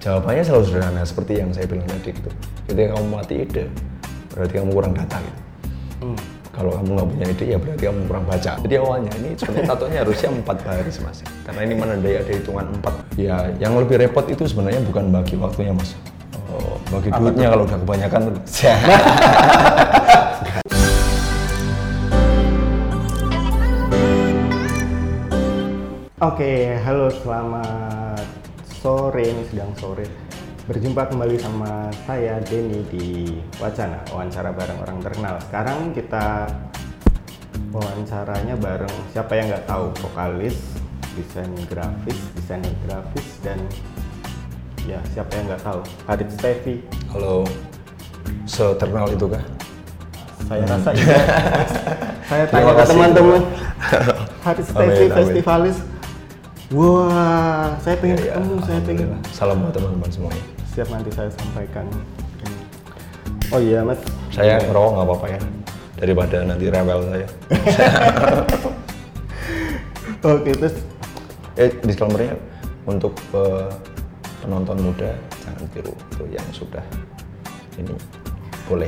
Jawabannya selalu sederhana seperti yang saya bilang tadi gitu. Ketika kamu mati ide, berarti kamu kurang data gitu. Kalau kamu nggak punya ide ya berarti kamu kurang baca. Jadi awalnya ini sebenarnya tatonya harusnya 4 baris mas. Karena ini menandai ada hitungan 4. Ya yang lebih repot itu sebenarnya bukan bagi waktunya mas. Bagi duitnya kalau udah kebanyakan tuh. Oke, halo selamat sore, ini sedang sore. Berjumpa kembali sama saya Denny di Wacana, wawancara bareng orang terkenal. Sekarang kita wawancaranya bareng siapa yang nggak tahu, vokalis, desainer grafis, dan ya siapa yang nggak tahu, Harith Stevi. Halo, seternal itu kah? Saya rasa iya. Saya tanya ke teman-teman, Harith Stevi festivalis. Wah, saya pengen ketemu, saya pengen. Salam buat teman-teman semuanya. Siap, nanti saya sampaikan. Oh iya mas. Saya ngerokok nggak apa-apa ya, daripada nanti rewel saya. Oke, terus disclaimer-nya untuk penonton muda jangan tiru, itu yang sudah ini boleh.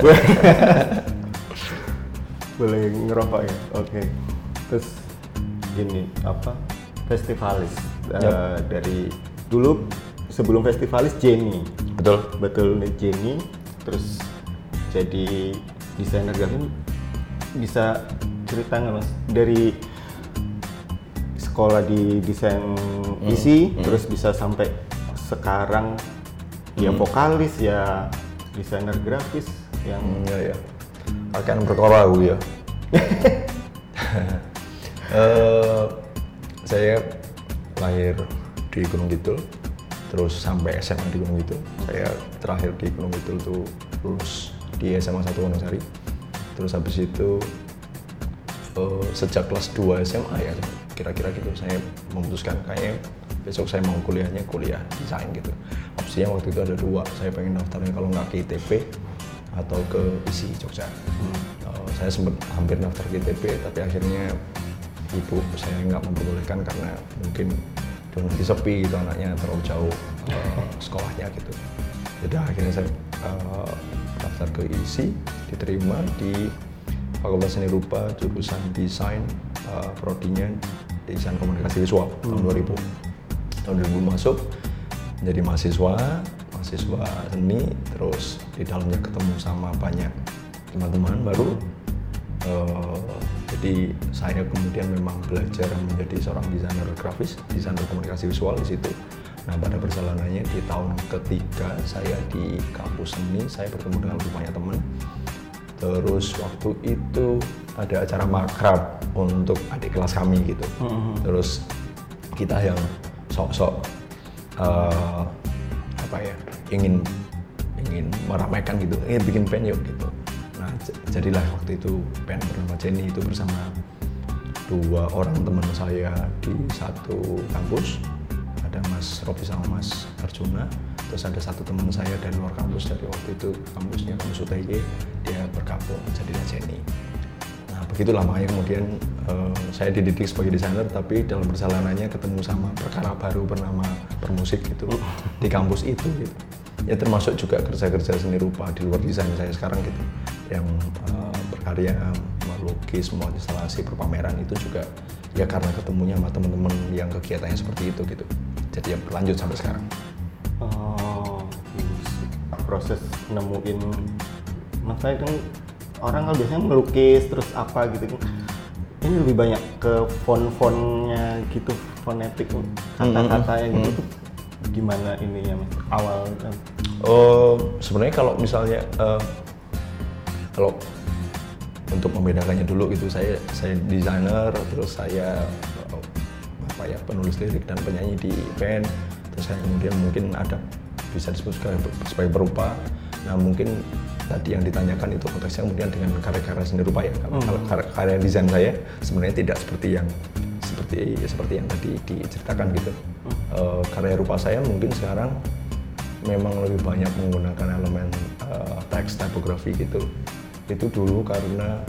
Boleh ngerokok ya. Oke. Terus gini apa? Festivalis dari dulu sebelum festivalis Jenny. Betul nih Jenny. Terus jadi desainer grafis. Bisa cerita nggak mas dari sekolah di desain isi terus bisa sampai sekarang ya vokalis ya desainer grafis yang ya akan berkorau ya. Saya lahir di Gunung Kidul, terus sampai SMA di Gunung Kidul. Saya terakhir di Gunung Kidul tuh lulus di SMA 1 Wonosari. Terus habis itu sejak kelas 2 SMA ya kira-kira gitu saya memutuskan kayaknya besok saya mau kuliah desain gitu. Opsinya waktu itu ada 2, saya pengen daftarnya kalau nggak ke ITB atau ke ISI Jogja. Saya sempat hampir daftar ke ITB tapi akhirnya ibu saya nggak memperbolehkan karena mungkin nanti sepi gitu anaknya terlalu jauh sekolahnya gitu. Jadi akhirnya saya daftar ke ISI, diterima di Fakultas Seni Rupa jurusan desain, prodinya desain komunikasi visual tahun 2000. Tahun 2000 masuk menjadi mahasiswa seni, terus di dalamnya ketemu sama banyak teman-teman baru. Jadi saya kemudian memang belajar menjadi seorang desainer grafis, desainer komunikasi visual di situ. Nah pada perjalanannya di tahun ketiga saya di kampus seni, saya bertemu dengan lebih banyak teman. Terus waktu itu ada acara makrab untuk adik kelas kami gitu. Terus kita yang sok-sok ingin meramaikan gitu, ingin bikin band yuk gitu. Nah, jadilah waktu itu band bernama Jenny itu bersama 2 orang teman saya di satu kampus. Ada Mas Robi sama Mas Arjuna. Terus ada satu teman saya dari luar kampus, dari waktu itu kampusnya kampus UTY, dia bergabung jadilah Jenny. Nah, begitulah makanya kemudian saya dididik sebagai desainer, tapi dalam perjalanannya ketemu sama perkara baru bernama bermusik gitu di kampus itu gitu. Ya termasuk juga kerja-kerja seni rupa di luar desain saya sekarang gitu, yang berkarya, melukis, membuat instalasi, berpameran itu juga ya karena ketemunya sama teman-teman yang kegiatannya seperti itu gitu. Jadi ya berlanjut sampai sekarang. Proses nemuin, maksudnya kan orang kan biasanya melukis terus apa gitu kan. Ini lebih banyak ke font-fontnya gitu, fonetik kata-katanya gitu tuh. Gimana ininya mas awal kan? Sebenarnya kalau misalnya kalau untuk membedakannya dulu gitu, saya desainer, terus saya penulis lirik dan penyanyi di band, terus saya kemudian mungkin ada bisa disebut sebagai perupa. Nah mungkin tadi yang ditanyakan itu konteksnya kemudian dengan karya-karya seni rupa ya. Kalau karya desain saya sebenarnya tidak seperti yang tadi diceritakan gitu. Karya rupa saya mungkin sekarang memang lebih banyak menggunakan elemen teks, tipografi gitu. Itu dulu karena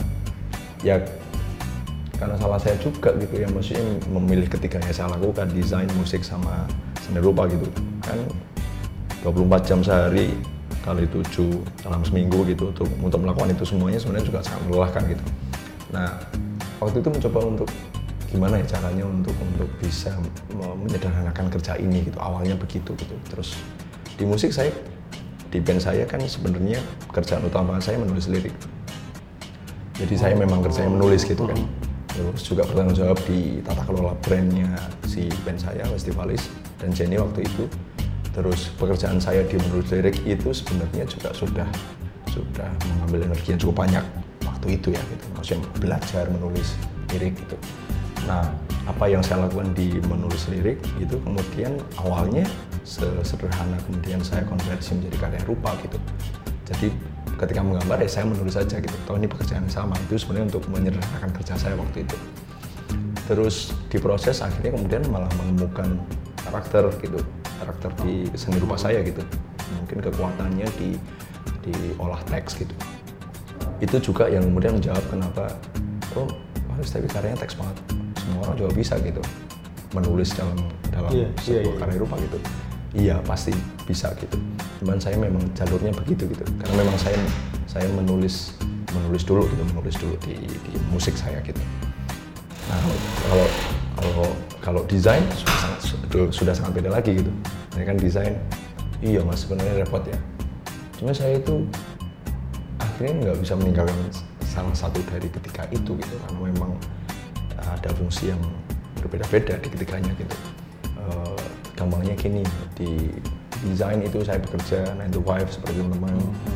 salah saya juga gitu ya, maksudnya memilih ketiganya saya lakukan, desain, musik sama seni rupa gitu kan. 24 jam sehari kali 7 dalam seminggu gitu untuk melakukan itu semuanya sebenarnya juga sangat melelahkan gitu. Nah waktu itu mencoba untuk gimana ya caranya untuk bisa menyederhanakan kerja ini gitu, awalnya begitu gitu. Terus di musik saya, di band saya kan sebenarnya kerjaan utama saya menulis lirik. Jadi saya memang kerjanya menulis gitu kan. Terus juga bertanggung jawab di tata kelola brandnya si band saya, Festivalis dan Jenny waktu itu. Terus pekerjaan saya di menulis lirik itu sebenarnya juga sudah mengambil energi yang cukup banyak waktu itu ya gitu. Maksudnya belajar menulis lirik gitu. Nah, apa yang saya lakukan di menulis lirik itu kemudian awalnya sederhana, kemudian saya konversi menjadi karya rupa gitu. Jadi ketika menggambar ya saya menulis saja gitu. Toh ini pekerjaan yang sama, itu sebenarnya untuk menyederhanakan kerja saya waktu itu. Terus diproses akhirnya kemudian malah menemukan karakter gitu, karakter di seni rupa saya gitu. Mungkin kekuatannya di olah teks gitu. Itu juga yang kemudian menjawab kenapa tapi karyanya teks banget. Semua orang juga bisa gitu menulis dalam sebuah karya rupa gitu. Iya pasti bisa gitu. Cuman saya memang jalurnya begitu gitu. Karena memang saya menulis dulu di musik saya gitu. Nah kalau desain sudah sangat beda lagi gitu. Ini kan desain, iya mas sebenarnya repot ya. Cuma saya itu akhirnya nggak bisa meninggalkan salah satu dari ketiga itu gitu, karena memang ada fungsi yang berbeda-beda di ketiganya gitu. Gampangnya gini, di desain itu saya bekerja 9 to 5 seperti teman-teman.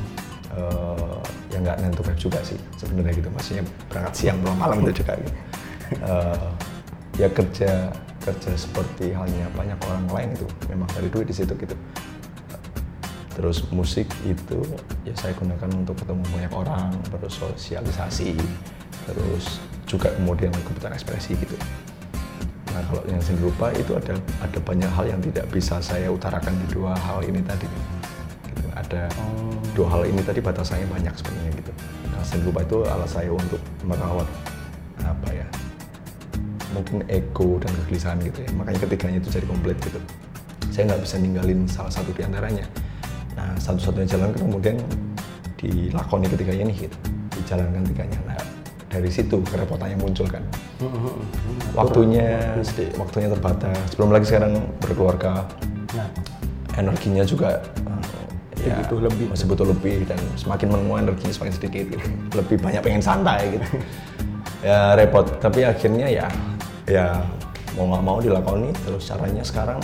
Ya nggak 9 to 5 juga sih sebenarnya gitu, maksudnya berangkat siang pulang malam itu juga gitu. Ya kerja seperti halnya banyak orang lain itu memang dari duit di situ gitu. Terus musik itu ya saya gunakan untuk ketemu banyak orang, terus sosialisasi, terus juga kemudian kebutuhan ekspresi gitu. Nah kalau yang seni rupa itu ada banyak hal yang tidak bisa saya utarakan di dua hal ini tadi gitu. Ada dua hal ini tadi batasannya banyak sebenarnya gitu. Nah seni rupa itu alat saya untuk merawat apa ya, mungkin ego dan kegelisahan gitu ya, makanya ketiganya itu jadi komplit gitu. Saya nggak bisa ninggalin salah satu di antaranya. Nah satu-satunya jalan kemudian dilakoni ketiganya nih gitu, dijalankan ketiganya. Nah dari situ kerepotannya muncul kan. Waktunya terbatas, belum lagi sekarang berkeluarga. Nah energinya juga ya, masih butuh lebih, dan semakin menua energinya semakin sedikit gitu. Lebih banyak pengen santai gitu. Ya repot, tapi akhirnya ya mau nggak mau dilakoni. Terus caranya sekarang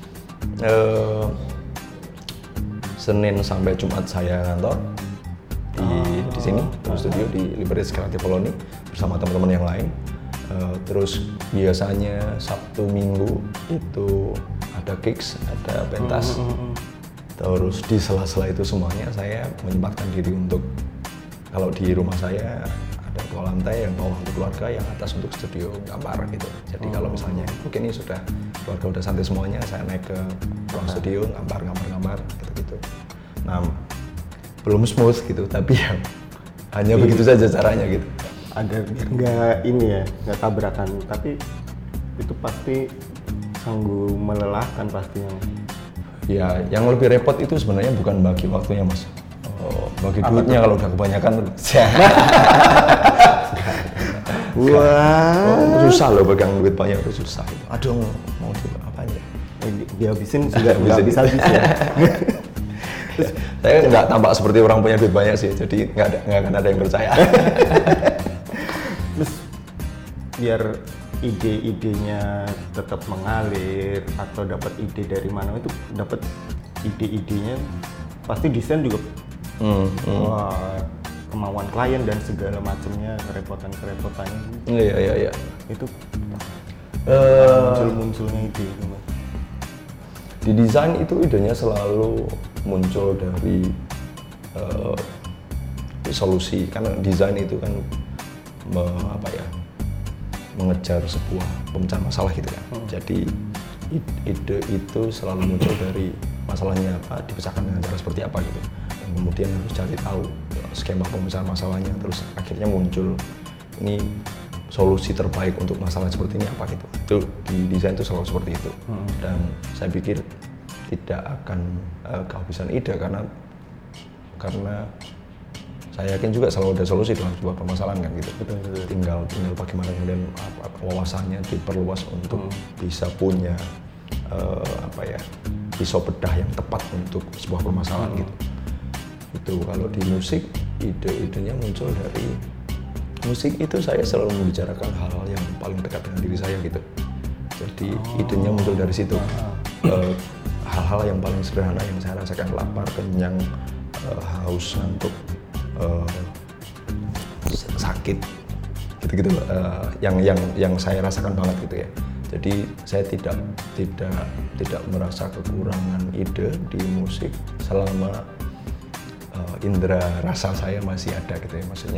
Senin sampai Jumat saya kantor di sini, terus studio di Libertas Creative Colony bersama teman-teman yang lain. Terus biasanya Sabtu Minggu itu ada gigs, ada pentas. Terus di sela-sela itu semuanya saya menyempatkan diri untuk, kalau di rumah saya ada 2 lantai, yang bawah untuk keluarga, yang atas untuk studio gambar gitu. Jadi kalau misalnya mungkin ini sudah keluarga udah santai semuanya, saya naik ke ruang studio gambar gitu. Nah belum smooth gitu, tapi ya hanya begitu saja caranya gitu. Agar nggak ini ya, nggak tabrakan, tapi itu pasti sanggup melelahkan pastinya. Ya, yang lebih repot itu sebenarnya bukan bagi waktunya mas, bagi duitnya kalau udah kebanyakan. Wah, susah loh pegang duit banyak itu susah. Aduh, mau apa aja? Dihabisin juga nggak bisa habis ya. Saya nggak tampak seperti orang punya duit banyak sih, jadi nggak akan ada yang percaya. Terus biar ide-idenya tetap mengalir atau dapat ide dari mana, itu dapat ide-idenya pasti desain juga. Wah, kemauan klien dan segala macamnya, kerepotannya. Iya. Itu munculnya ide itu, Mas. Di desain itu idenya selalu muncul dari solusi, karena desain itu kan mengejar sebuah pemecahan masalah gitu kan. Jadi ide itu selalu muncul dari masalahnya apa, dipecahkan dengan cara seperti apa gitu. Dan kemudian harus cari tahu skema pemecahan masalahnya, terus akhirnya muncul ini solusi terbaik untuk masalah seperti ini apa gitu. Itu di desain itu selalu seperti itu. Dan saya pikir tidak akan kehabisan ide karena saya yakin juga selalu ada solusi dalam sebuah permasalahan kan gitu. Betul. Tinggal bagaimana kemudian wawasannya diperluas untuk bisa punya pisau bedah yang tepat untuk sebuah permasalahan gitu. Itu kalau di musik ide-idenya muncul dari musik itu saya selalu membicarakan hal-hal yang paling dekat dengan diri saya gitu. Jadi idenya muncul dari situ. Hal-hal yang paling sederhana yang saya rasakan, lapar, kenyang, haus, ngantuk, sakit, gitu-gitu, yang saya rasakan banget gitu ya. Jadi saya tidak merasa kekurangan ide di musik selama indera rasa saya masih ada gitu ya, maksudnya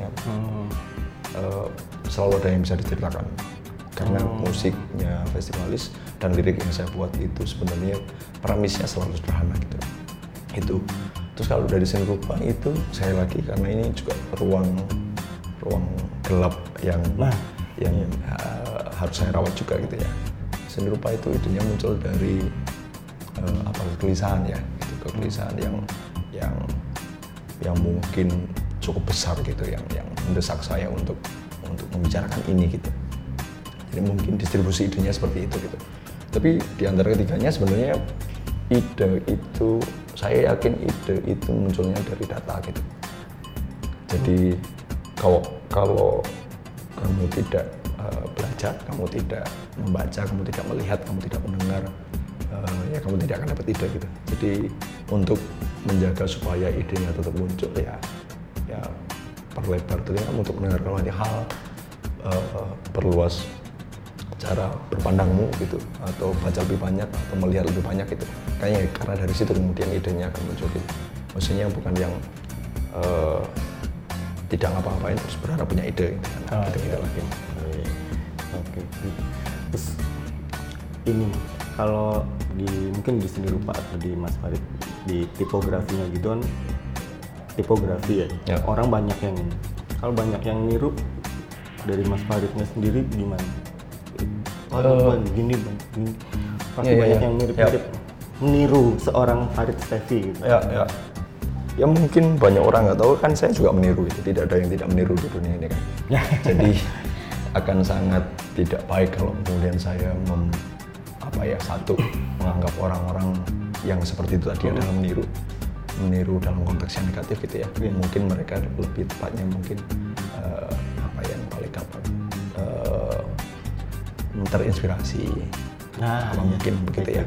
selalu ada yang bisa diceritakan. Karena musiknya Festivalis dan lirik yang saya buat itu sebenarnya premisnya selalu sederhana gitu. Itu. Terus kalau dari seni rupa itu saya lagi karena ini juga ruang gelap yang harus saya rawat juga gitu ya. Seni rupa itu idenya muncul dari kegelisahan ya, gitu, kegelisahan yang mungkin cukup besar gitu, yang mendesak saya untuk membicarakan ini gitu. Jadi mungkin distribusi idenya seperti itu gitu. Tapi di antara ketiganya sebenarnya ide itu, saya yakin ide itu munculnya dari data gitu. Jadi kalau kamu tidak belajar, kamu tidak membaca, kamu tidak melihat, kamu tidak mendengar, ya kamu tidak akan dapat ide gitu. Jadi untuk menjaga supaya idenya tetap muncul ya perlebar telinga untuk mendengarkan banyak hal, perluas cara berpandangmu gitu, atau baca lebih banyak atau melihat lebih banyak gitu. Kayaknya karena dari situ kemudian idenya akan muncul gitu. Maksudnya bukan yang tidak ngapa-ngapain terus berharap punya ide gitu kan. Gitu lagi. Oke. Terus ini kalau mungkin di seni rupa atau di Mas Farid di tipografinya gitu kan, tipografi ya. Orang banyak yang kalau banyak yang niru dari Mas Faridnya sendiri gimana? Gini bang, pasti banyak yang mirip-mirip meniru seorang Farid Stefy gitu. Ya mungkin banyak orang nggak tahu kan, saya juga meniru itu, tidak ada yang tidak meniru di dunia ini kan. Jadi akan sangat tidak baik kalau kemudian saya menganggap orang-orang yang seperti itu tadi adalah meniru dalam konteks yang negatif gitu ya. Mungkin mereka lebih tepatnya mungkin yang paling gampang terinspirasi, mungkin begitu ya.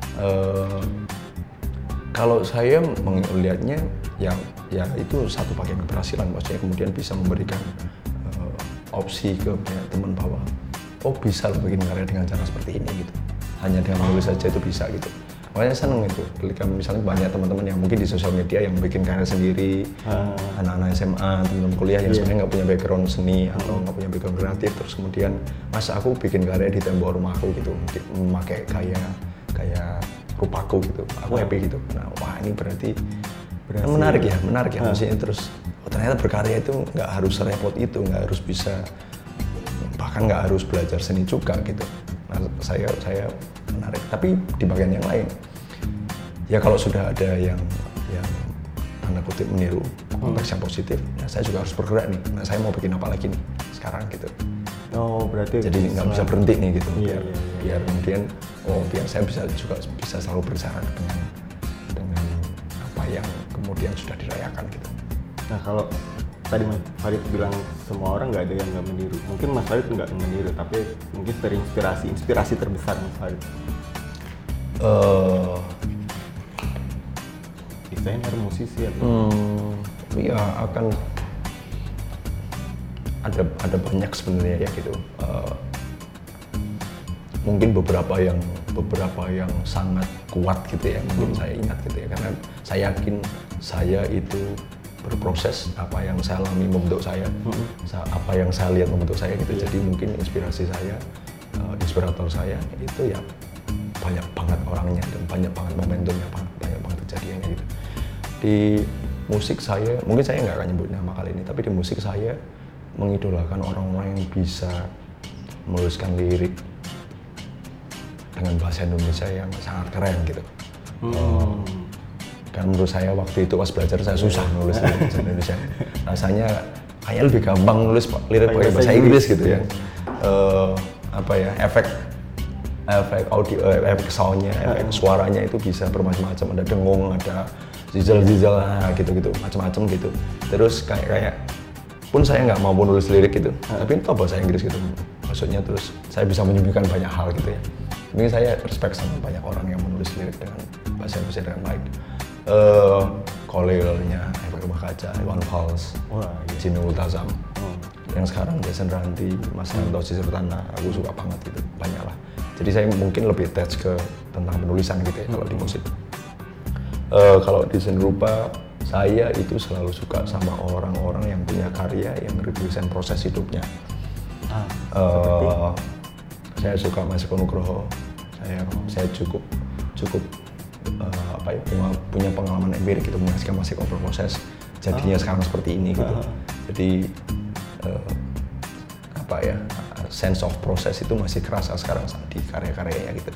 Kalau saya melihatnya ya itu satu bagian keberhasilan, maksudnya kemudian bisa memberikan opsi ke banyak teman bahwa bisa bikin karya dengan cara seperti ini gitu, hanya dengan menulis saja itu bisa gitu. Makanya seneng itu ketika misalnya banyak teman-teman yang mungkin di sosial media yang bikin karya sendiri, anak-anak SMA, teman-teman kuliah yang sebenarnya nggak punya background seni atau nggak punya background kreatif, terus kemudian masa aku bikin karya di tembok rumah aku gitu, memakai kayak rupaku gitu, aku happy gitu. Nah, wah ini berarti menarik ya, maksudnya terus ternyata berkarya itu nggak harus repot itu, nggak harus bisa, bahkan nggak harus belajar seni juga gitu. Nah, saya menarik. Tapi di bagian yang lain, ya kalau sudah ada yang tanda kutip meniru konteks yang positif, ya saya juga harus bergerak nih. Nah, saya mau bikin apa lagi nih sekarang gitu. Berarti jadi nggak bisa berhenti nih gitu. Biar kemudian biar saya bisa selalu berjalan dengan apa yang kemudian sudah dirayakan gitu. Nah, kalau tadi Mas Farid bilang semua orang nggak ada yang nggak meniru. Mungkin Mas Farid nggak meniru, tapi mungkin inspirasi terbesar Mas Farid. Desainer, musisi atau? Iya, akan ada banyak sebenarnya ya gitu. Mungkin beberapa yang sangat kuat gitu ya, mungkin saya ingat gitu ya, karena saya yakin saya itu berproses, apa yang saya alami membentuk saya, apa yang saya lihat membentuk saya gitu. Jadi mungkin inspirasi saya, inspirator saya itu ya banyak banget orangnya dan banyak banget momentumnya, banyak banget kejadiannya gitu. Di musik saya, mungkin saya nggak akan nyebut nama kali ini, tapi di musik saya mengidolakan orang-orang yang bisa menuliskan lirik dengan bahasa Indonesia yang sangat keren gitu. Karena menurut saya waktu itu pas belajar saya susah nulis lirik bahasa Indonesia. Rasanya kayak lebih gampang nulis lirik pakai bahasa Inggris gitu ya. Apa ya, efek audio, efek soundnya, efek suaranya itu bisa bermacam-macam. Ada dengung, ada zizal, gitu-gitu, macam-macam gitu. Terus kayak pun saya nggak mau nulis lirik gitu, tapi itu bahasa Inggris gitu. Maksudnya terus saya bisa menyuguhkan banyak hal gitu ya. Ini saya respect sama banyak orang yang menulis lirik dengan bahasa Indonesia dengan baik. Kolilnya, Efek Rumah Kaca, Iwan Fals, Jimmy Multazam, yang sekarang Jason Ranti, Mas Yanto Sisir Tanah, aku suka banget gitu, banyak lah. Jadi saya mungkin lebih attach ke tentang penulisan gitu ya kalau di musik. Kalau di seni rupa, saya itu selalu suka sama orang-orang yang punya karya yang represent proses hidupnya. Saya suka Mas Eko Nugroho. Saya cukup punya pengalaman empirik gitu menyaksikan Mas Eko berproses jadinya sekarang seperti ini gitu. Jadi sense of proses itu masih kerasa sekarang di karya-karyanya gitu.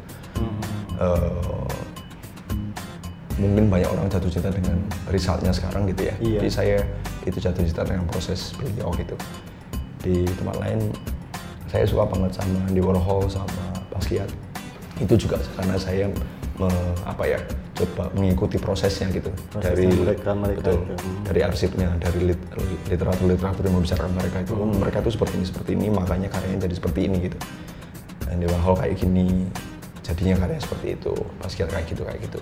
Mungkin banyak orang jatuh cinta dengan resultnya sekarang gitu ya. Jadi saya itu jatuh cinta dengan proses beliau gitu. Di tempat lain saya suka banget sama Andy Warhol sama Basquiat. Itu juga karena saya coba mengikuti prosesnya gitu. Dari mereka dari arsipnya, dari literatur yang membicarakan mereka itu. Mereka tuh seperti ini, makanya karyanya jadi seperti ini gitu. Andy Warhol kayak gini, jadinya karya seperti itu. Basquiat kayak gitu.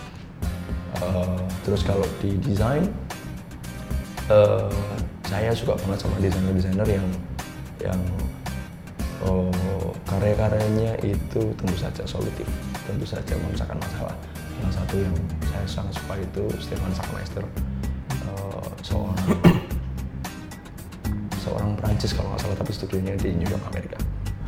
Terus kalau di desain, saya suka banget sama desainer yang karya-karyanya itu tentu saja solutif, tentu saja memecahkan masalah. Salah satu yang saya sangat suka itu Stefan Sackmeister, seorang Perancis kalau nggak salah, tapi studionya di New York, Amerika.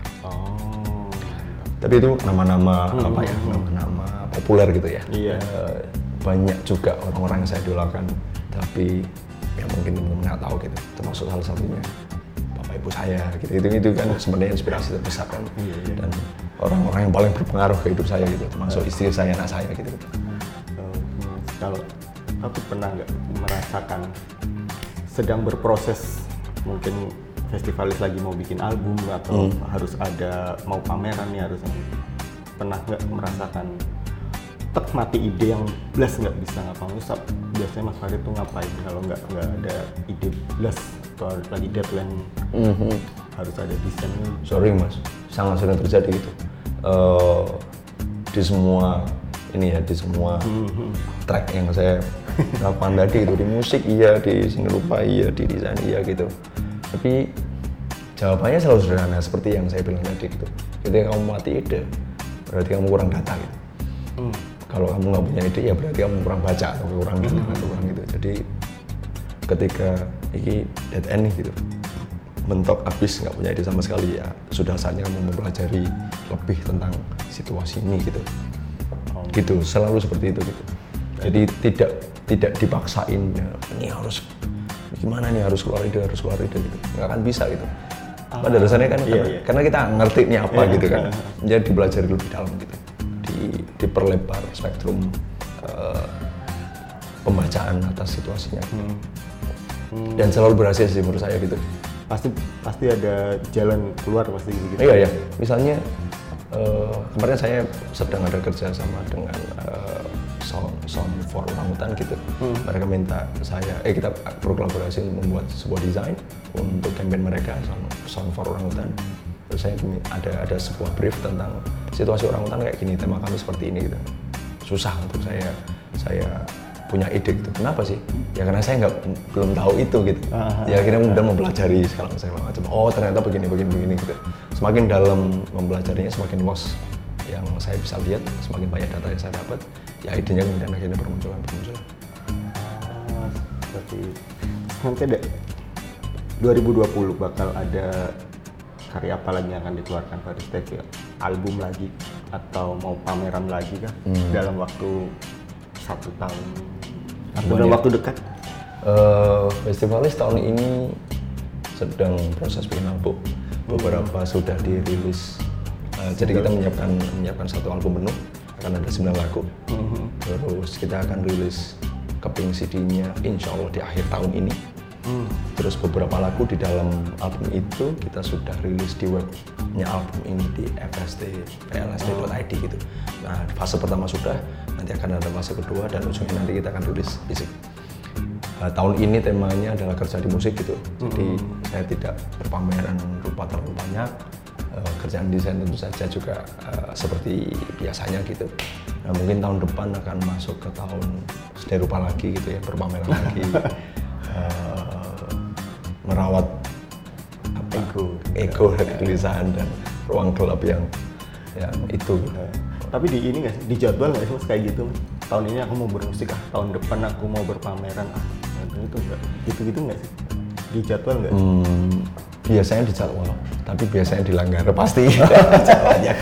Tapi itu nama-nama nama-nama populer gitu ya. Banyak juga orang-orang yang saya idolakan, tapi yang mungkin teman-teman nggak tahu gitu, termasuk salah satunya bapak ibu saya gitu. Itu kan sebenarnya inspirasi terbesar kan. Dan orang-orang yang paling berpengaruh ke hidup saya gitu, termasuk istri saya, anak saya gitu. Kalau aku pernah nggak merasakan sedang berproses, mungkin festivalis lagi mau bikin album atau harus ada mau pameran nih, harus pernah nggak merasakan mati ide yang blast nggak bisa ngapa-ngapain? Biasanya Mas Farid tuh ngapain kalau nggak ada ide blast atau lagi deadline harus ada desain? Sorry Mas, sangat sering terjadi gitu. Di semua track yang saya lakukan tadi itu, di musik iya, di seni rupa iya, di desain iya gitu. Tapi jawabannya selalu sederhana seperti yang saya bilang tadi gitu. Ketika kamu mati ide, berarti kamu kurang data gitu. Kalau kamu nggak punya ide ya berarti kamu kurang baca atau kurang data atau kurang gitu. Jadi ketika ini dead end nih gitu, mentok habis nggak punya ide sama sekali, ya sudah saatnya kamu mempelajari lebih tentang situasi ini gitu. Gitu, selalu seperti itu gitu. Jadi tidak dipaksain ya, ini harus gimana nih, harus keluar ide gitu. Nggak akan bisa gitu. Pada dasarnya kan karena kita ngerti ini apa gitu kan. Jadi dipelajari lebih dalam gitu. Diperlebar spektrum pembacaan atas situasinya dan selalu berhasil sih menurut saya gitu. Pasti ada jalan keluar pasti gitu. Iya, misalnya kemarin saya sedang ada kerja sama dengan Sound for Orangutan gitu. Mereka minta kita berkolaborasi membuat sebuah desain untuk campaign mereka, Sound for Orangutan. Terus saya ada sebuah brief tentang situasi orangutan kayak gini, tema kami seperti ini gitu. Susah untuk saya punya ide gitu. Kenapa sih? Ya karena saya belum tahu itu gitu. Ya akhirnya kemudian mempelajari segala macam. Oh ternyata begini gitu. Semakin dalam mempelajarinya, semakin luas yang saya bisa lihat, semakin banyak data yang saya dapat, ya idenya kemudian akhirnya bermunculan. Berarti nanti ada 2020 bakal ada karya apa lagi yang akan dikeluarkan Farid Stevia? Album lagi atau mau pameran lagi kah? Dalam waktu 1 tahun atau dalam waktu dekat? Festivalis tahun ini sedang proses bikin album. Beberapa sudah dirilis. Jadi kita menyiapkan 1 album penuh. akan ada 9 lagu. Terus kita akan rilis keping CD-nya insya Allah di akhir tahun ini. Terus beberapa lagu di dalam album itu kita sudah rilis di webnya album ini di fst.plsd.id gitu. Nah fase pertama sudah, nanti akan ada fase kedua dan ujungnya nanti kita akan rilis fisik. Tahun ini temanya adalah kerja di musik gitu, jadi saya tidak berpameran rupa terlalu banyak. Kerjaan desain tentu saja juga seperti biasanya gitu. Nah mungkin tahun depan akan masuk ke tahun sedaya rupa lagi gitu ya, berpameran lagi. Merawat ego dan kegelisahan dan ruang gelap yang itu gitu. Tapi di ini nggak sih, di jadwal nggak sih Mas kayak gitu? Tahun ini aku mau bermusik tahun depan aku mau berpameran itu enggak gitu nggak sih? Di jadwal nggak? Biasanya di jadwal, tapi biasanya dilanggar pasti jadwalnya.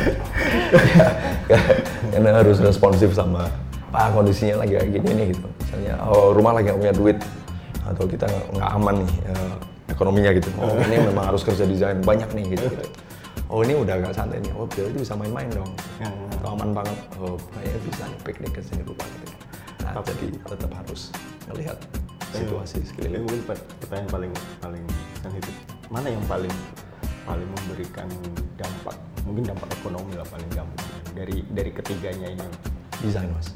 Karena harus responsif sama kondisinya lagi kayak gini nih gitu. Misalnya rumah lagi nggak punya duit atau kita nggak aman nih ekonominya gitu. Ini memang harus kerja desain banyak nih gitu. Ini udah agak santai nih. Berarti bisa main-main dong. Atau aman banget. Kayaknya bisa nih piknik ke sini rupa gitu. Nah, jadi tetap harus melihat situasi sekeliling. Mungkin pertanyaan paling sensitif. Mana yang paling memberikan dampak? Mungkin dampak ekonomi lah paling gampang dari ketiganya ini. Desain, Mas.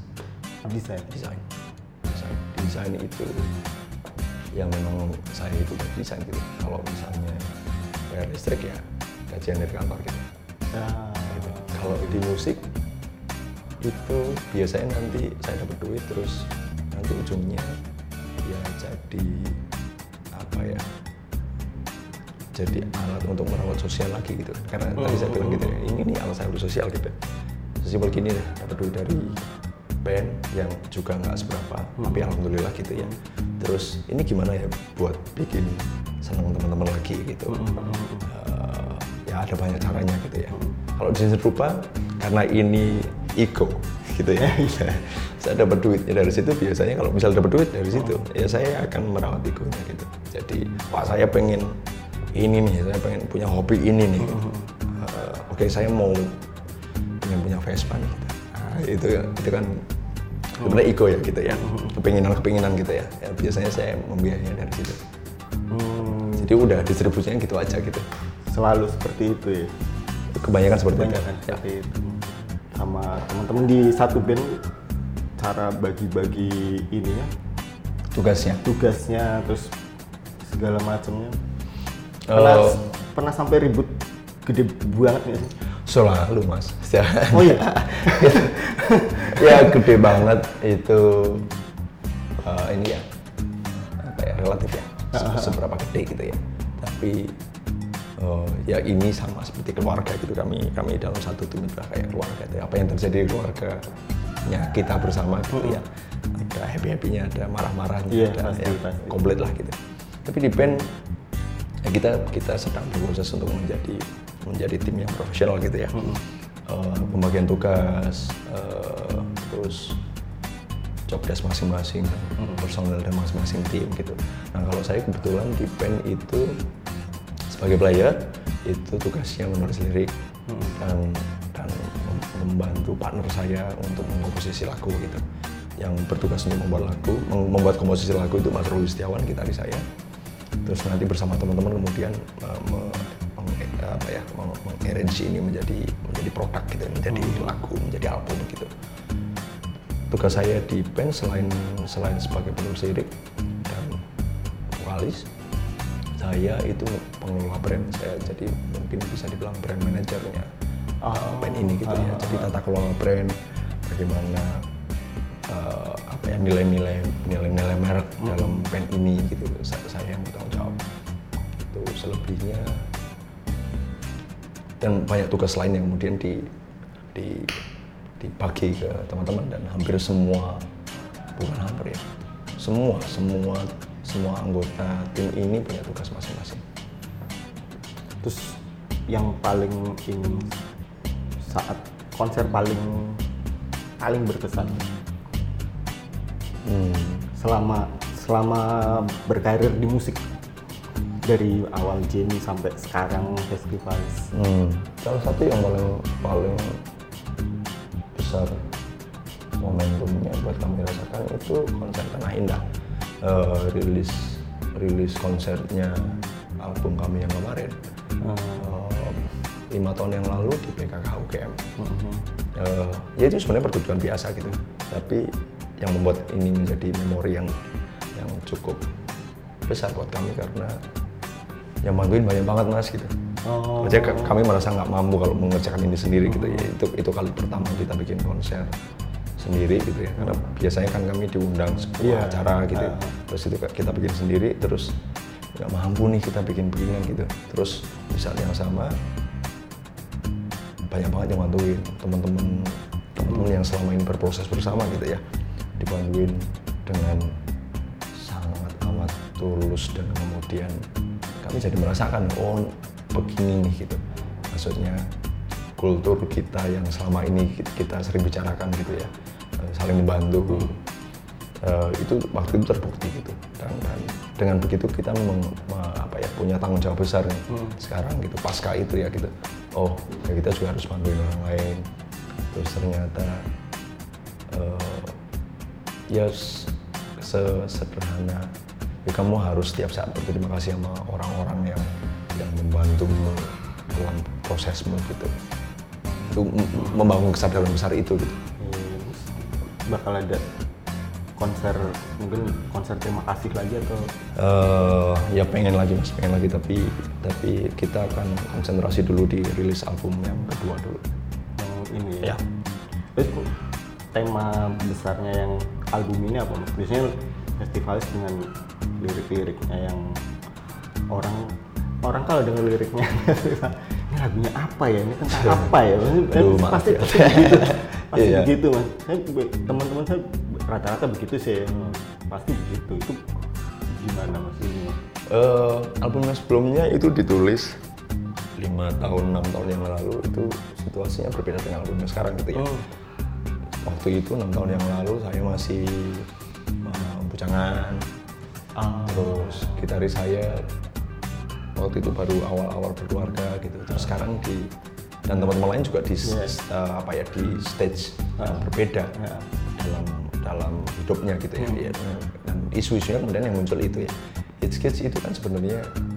Desain itu yang memang saya itu desain gitu. Kalau misalnya bayar listrik ya gajian dari kantor gitu. Gitu. Kalau di musik itu biasanya nanti saya dapat duit terus nanti ujungnya ya jadi alat untuk merawat sosial lagi gitu. Karena tadi saya bilang gitu, ini alat saya untuk sosial gitu. Sesimpel gini deh, dapat duit dari band yang juga nggak seberapa, tapi alhamdulillah gitu ya. Terus ini gimana ya buat bikin senang teman-teman lagi gitu. Ya ada banyak caranya gitu ya. Kalau di sini rupa karena ini ego gitu ya. Saya dapat duitnya dari situ, biasanya kalau misal dapat duit dari situ ya saya akan merawat egonya gitu. Jadi saya pengen ini nih, saya pengen punya hobi ini nih. Oke, saya mau pengen punya Vespa nih. Nah, itu kan sebenarnya ego ya gitu ya, kepinginan gitu ya. Biasanya saya membiayainya dari situ. Jadi udah distribusinya gitu aja gitu. Selalu seperti itu ya. Kebanyakan seperti itu. Sama teman-teman di satu band cara bagi-bagi ininya, tugasnya terus segala macamnya. Pernah sampai ribut gede banget nggak sih? Selalu, Mas. Oh iya. Ya gede banget itu ini ya relatif ya. Seberapa gede gitu ya. Tapi ya ini sama seperti keluarga gitu, kami dalam satu tim juga kayak keluarga itu. Apa yang terjadi di keluarganya kita bersama gitu ya. Ada happy-happynya, ada marah-marahnya, pasti. Komplit lah gitu. Tapi di band ya kita sedang berproses untuk menjadi tim yang profesional gitu ya. Pembagian tugas, terus job desk masing-masing, personel dan masing-masing tim gitu. Nah kalau saya kebetulan di band itu sebagai player itu tugasnya menulis lirik dan membantu partner saya untuk mengkomposisi lagu gitu. Yang bertugas untuk membuat komposisi lagu itu Mas Ruli Setiawan, gitaris saya. Terus nanti bersama teman-teman kemudian mengarrange ini menjadi produk gitu, menjadi lagu, menjadi album gitu. Tugas saya di band selain sebagai penulis lirik dan vokalis, saya itu pengelola brand. Saya jadi mungkin bisa dibilang brand manajernya band ini gitu ya. Jadi tata kelola brand, bagaimana nilai-nilai merek dalam band ini gitu, saya yang bertanggung jawab. Itu selebihnya, dan banyak tugas lain yang kemudian dibagi ke teman-teman, dan hampir semua, bukan hampir ya, semua anggota tim ini punya tugas masing-masing. Terus yang paling ini saat konser paling berkesan selama berkarir di musik dari awal Jenny sampai sekarang Festivalis. Salah satu yang paling besar momentumnya buat kami rasakan itu konser Tanah Indah, rilis konsernya album kami yang kemarin 5 tahun yang lalu di PKK UGM. Ya itu sebenarnya pertunjukan biasa gitu, tapi yang membuat ini menjadi memori yang cukup besar buat kami karena yang bantuin banyak banget mas gitu. Maksudnya kami merasa nggak mampu kalau mengerjakan ini sendiri gitu ya. Itu kali pertama kita bikin konser sendiri gitu ya, karena biasanya kan kami diundang sebuah acara gitu ya. Terus itu kita bikin sendiri, terus nggak mampu nih kita bikin-bikinan gitu. Terus di saat yang sama banyak banget yang bantuin, teman-teman yang selama ini berproses bersama gitu ya, dibantuin dengan sangat amat tulus, dan kemudian kami jadi merasakan oh begini nih gitu, maksudnya kultur kita yang selama ini kita sering bicarakan gitu ya, saling membantu, itu waktu itu terbukti gitu, dan dengan begitu kita punya tanggung jawab besar nih sekarang gitu, pasca itu ya gitu, oh ya kita juga harus bantuin orang lain. Terus ternyata ya sederhana ya, kamu harus setiap saat berterima kasih sama orang-orang yang membantumu dalam prosesmu gitu. Itu membangun kesadaran besar itu gitu. Bakal ada mungkin konser terima kasih lagi atau? Ya pengen lagi mas, tapi kita akan konsentrasi dulu di rilis album yang kedua dulu. Yang ini ya? Terus tema besarnya yang album ini apa mas? Biasanya festivalis dengan lirik-liriknya yang orang kalau dengar liriknya ini lagunya apa ya, ini tentang apa ya? Pasti begitu. Pasti begitu mas. Teman-teman saya rata-rata begitu sih, pasti begitu. Itu gimana mas ini? Album sebelumnya itu ditulis 5 tahun, 6 tahun yang lalu, itu situasinya berbeda dengan albumnya sekarang gitu ya. Waktu itu 6 tahun yang lalu saya masih bujangan, terus gitaris saya waktu itu baru awal-awal berkeluarga gitu. Terus sekarang dan teman-teman lain juga di stage yang berbeda dalam hidupnya gitu ya. Dan isu-isunya kemudian yang muncul itu ya. Hits itu kan sebenarnya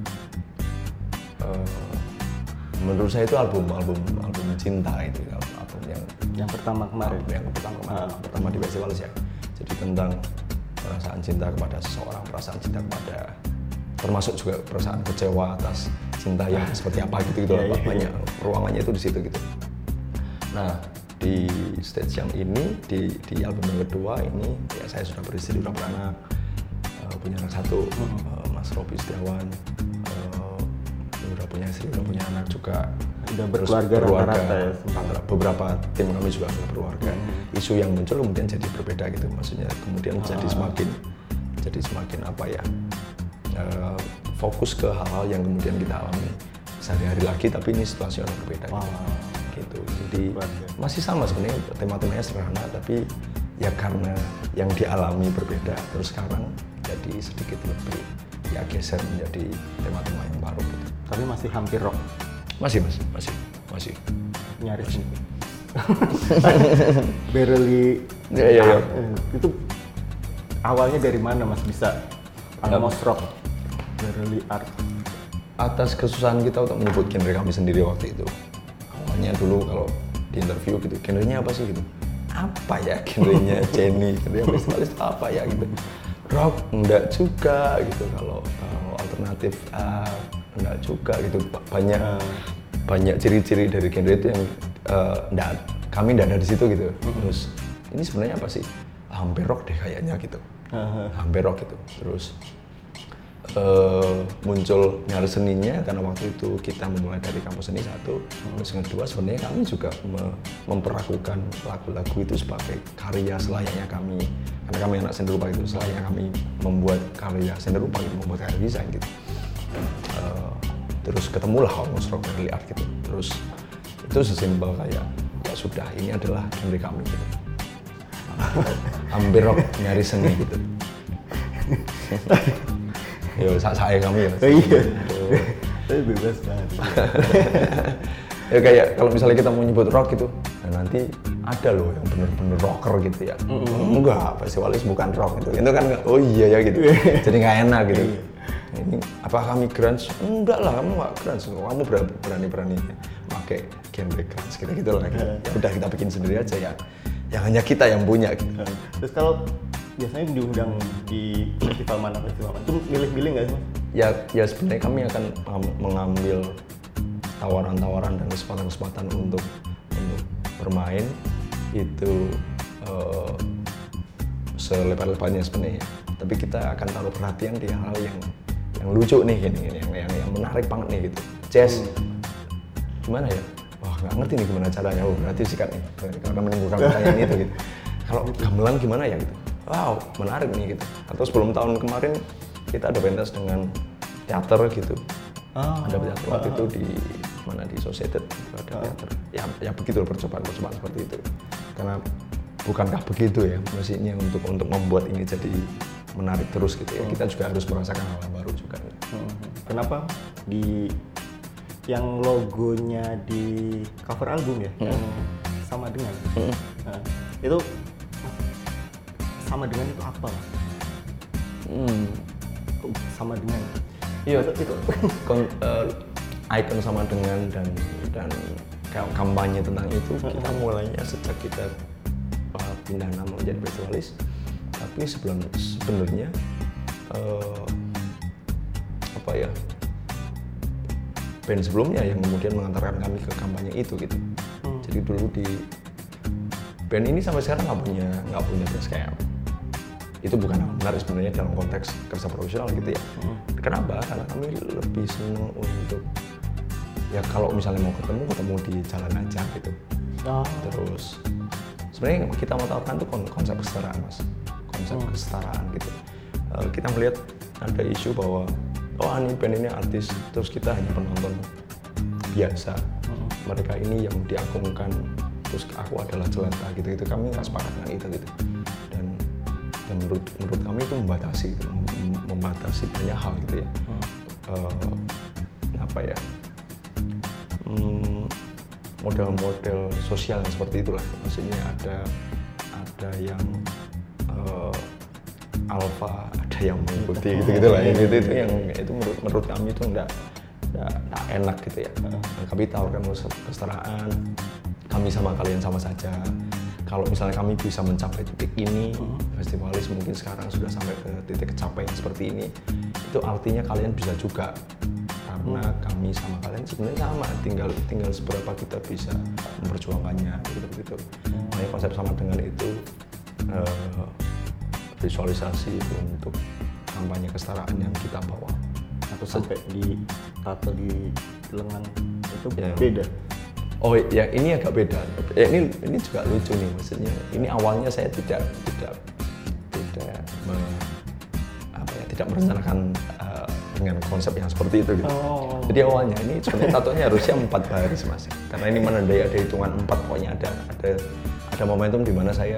menurut saya itu album cinta itu, album yang pertama kemarin, pertama di Festivalis ya. Jadi tentang perasaan cinta kepada seseorang, perasaan cinta kepada, termasuk juga perasaan kecewa atas cinta yang seperti apa gitu banyak ruangannya itu di situ gitu. Nah di stage yang ini, di album yang kedua ini ya, saya sudah beristri, sudah beranak, punya anak satu, Mas Robi Setiawan, udah punya istri, udah punya anak juga, udah berkeluarga rata-rata ya. Beberapa tim kami juga sudah berkeluarga. Isu yang muncul kemudian jadi berbeda gitu, maksudnya kemudian jadi semakin apa ya, fokus ke hal-hal yang kemudian kita alami sehari-hari lagi, tapi ini situasional berbeda gitu. Jadi masih sama sebenarnya, tema-temanya sederhana, tapi ya karena yang dialami berbeda, terus sekarang jadi sedikit lebih ya geser menjadi tema-tema yang baru gitu. Tapi masih hampir rock. Masih. Nyaris nih. Barely. Ya. Itu awalnya dari mana mas bisa almost rock? Barely art. Atas kesusahan kita untuk menyebut genre kami sendiri waktu itu. Awalnya dulu kalau di interview gitu, genrenya apa sih gitu? Apa ya genrenya Jenny? Genrenya Festivalis apa ya gitu? Rock enggak juga gitu, kalau alternatif enggak juga gitu. Banyak ciri-ciri dari genre itu yang kami enggak ada di situ gitu. Terus ini sebenarnya apa sih? Hampir rock deh kayaknya gitu. Hampir rock gitu. Terus muncul Nyari Seninya karena waktu itu kita memulai dari kampus seni 1. Terus yang kedua sebenarnya kami juga memperlakukan lagu-lagu itu sebagai karya selayaknya kami, karena kami anak seni rupa, itu selayaknya kami membuat karya seni rupa gitu, membuat karya desain gitu. Terus ketemulah almost rock barely art gitu. Terus itu sesimpel kayak ya sudah, ini adalah genre kami gitu. Hampir rock Nyari Seni gitu. Yo, saya kami ya. Iya. Tapi bebas banget. Ya kayak kalau misalnya kita mau nyebut rock gitu, nah nanti ada loh yang bener-bener rocker gitu ya. Enggak, festivalis bukan rock gitu. Itu kan oh iya ya gitu. Jadi nggak enak gitu. Ini apa kami grunge? Enggak lah, kamu nggak grunge. Kamu berani-berani pakai genre grunge gitu lah. Gitu. Ya udah kita bikin sendiri aja ya. Yang hanya kita yang punya. Gitu. Terus kalau biasanya diundang di festival mana itu milih-milih nggak sih? Ya sebenarnya kami akan mengambil tawaran-tawaran dan kesempatan-kesempatan untuk bermain itu selebar-lebarnya sebenarnya. Tapi kita akan taruh perhatian di hal yang lucu nih gini, yang menarik banget nih gitu. Jazz, gimana ya? Wah nggak ngerti nih gimana caranya. Oh berarti sikat nih karena menimbulkan pertanyaan itu gitu. Kalau gamelan gimana ya gitu? Wow menarik nih gitu. Atau sebelum tahun kemarin kita ada pentas dengan teater gitu. Ada teater waktu itu di mana di Society itu ada teater. Ya begitu percobaan seperti itu. Karena bukankah begitu ya mestinya untuk membuat ini jadi menarik terus gitu ya. Kita juga harus merasakan hal baru juga. Kenapa di yang logonya di cover album ya yang sama dengan nah, itu sama dengan itu apa? Sama dengan iya itu icon sama dengan dan kampanye tentang itu kita mulainya sejak kita pindah nama menjadi festivalis. Tapi sebenarnya apa ya band sebelumnya yang kemudian mengantarkan kami ke kampanye itu gitu. Jadi dulu di band ini sampai sekarang nggak punya base camp. Itu bukan hal menarik sebenarnya dalam konteks kerja profesional gitu ya. Kenapa? Karena kami lebih senang untuk ya kalau misalnya mau ketemu di jalan aja gitu. Terus sebenarnya kita mau tawarkan tuh konsep kesetaraan mas, konsep kesetaraan gitu. Kita melihat ada isu bahwa ini band ini artis, terus kita hanya penonton biasa. Mereka ini yang diagungkan, terus aku adalah jelata gitu. Kami nggak sepakat dengan itu gitu. Dan menurut kami itu membatasi banyak hal gitu ya. Apa ya? Model-model sosial yang seperti itulah. Maksudnya ada yang alfa, ada yang mengikuti gitu lah. Itu yang itu menurut kami itu enggak enak gitu ya. Kami tawarkan kesetaraan, kami sama kalian sama saja. Kalau misalnya kami bisa mencapai titik ini, festivalis mungkin sekarang sudah sampai ke titik capaian seperti ini, itu artinya kalian bisa juga. Karena kami sama kalian sebenarnya sama, tinggal seberapa kita bisa memperjuangkannya gitu. Makanya konsep sama dengan itu visualisasi untuk kampanye kesetaraan yang kita bawa. Atau sampai di tato di lengan itu beda. Oh ya ini agak beda. Ini juga lucu nih maksudnya. Ini awalnya saya tidak merencanakan dengan konsep yang seperti itu gitu. Jadi awalnya ini sebenarnya tatonya harusnya 4 baris mas. Karena ini menandai ada hitungan 4 pokoknya ada momentum di mana saya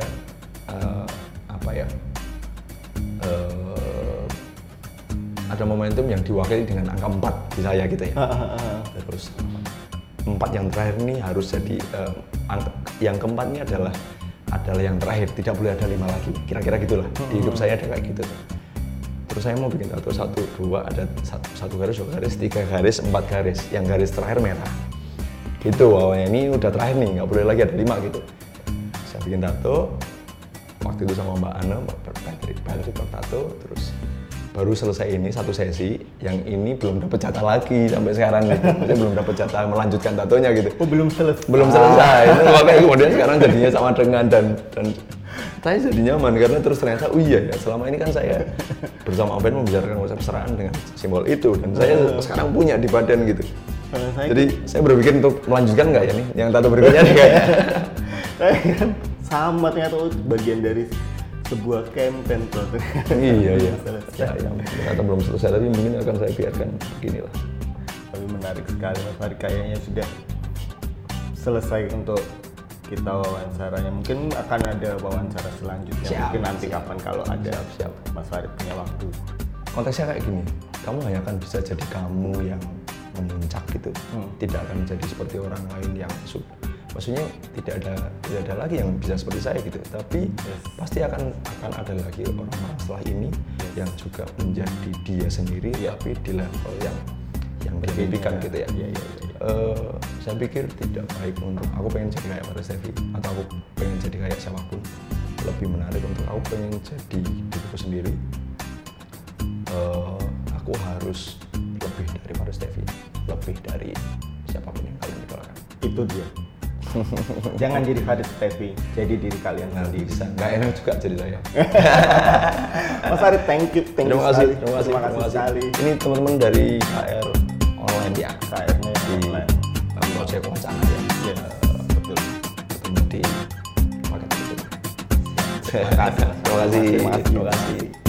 ada momentum yang diwakili dengan angka 4 di saya gitu ya. Terus 4 yang terakhir ini harus jadi yang keempatnya adalah yang terakhir, tidak boleh ada 5 lagi. Kira-kira gitulah. Di hidup saya ada kayak gitu. Terus saya mau bikin tato 1, 2, ada 1 garis, 2 garis, 3 garis, 4 garis. Yang garis terakhir merah. Gitu, awalnya ini udah terakhir nih, nggak boleh lagi ada 5 gitu. Saya bikin tato, waktu itu sama Mbak Ana, Mbak Patrick tato, terus baru selesai ini 1 sesi, yang ini belum dapat jatah lagi sampai sekarang gitu. Maksudnya belum dapat jatah melanjutkan tatonya gitu. Oh belum selesai? Belum selesai, itu makanya kemudian sekarang jadinya sama dengan dan saya jadi nyaman karena terus ternyata iya ya selama ini kan saya bersama band membicarakan konsep kesetaraan dengan simbol itu dan saya sekarang punya di badan gitu. Jadi saya berpikir untuk melanjutkan nggak ya nih yang tato berikutnya nih kayaknya. Saya kan sama ternyata bagian dari sebuah campaign tuh. Iya. Ya, ternyata belum selesai tapi mungkin akan saya biarkan beginilah. Tapi menarik sekali Mas Farid, kayaknya sudah selesai untuk kita wawancaranya. Mungkin akan ada wawancara selanjutnya. Mungkin nanti kapan kalau ada Mas Farid punya waktu. Konteksnya kayak gini, kamu hanya akan bisa jadi kamu yang memuncak gitu. Tidak akan menjadi seperti orang lain yang maksudnya tidak ada lagi yang bisa seperti saya gitu, tapi pasti akan ada lagi orang-orang setelah ini yang juga menjadi dia sendiri tapi di level yang dia impikan gitu ya. Saya pikir tidak baik untuk aku pengen jadi kayak Faris Devi atau aku pengen jadi kayak siapapun. Lebih menarik untuk aku pengen jadi diriku sendiri. Aku harus lebih dari Faris Devi, lebih dari siapapun yang kalian idolakan. Itu dia. Jangan jadi Faris Devi, jadi diri kalian sendiri. Bisa, nggak enak juga jadi saya. Mas Arif, thank you Terima kasih sekali. Ini teman-teman dari KR Online ya, KR-nya di online. Project Wacana ya. Betul. Ketemu di paket itu. Terima kasih. Terima kasih.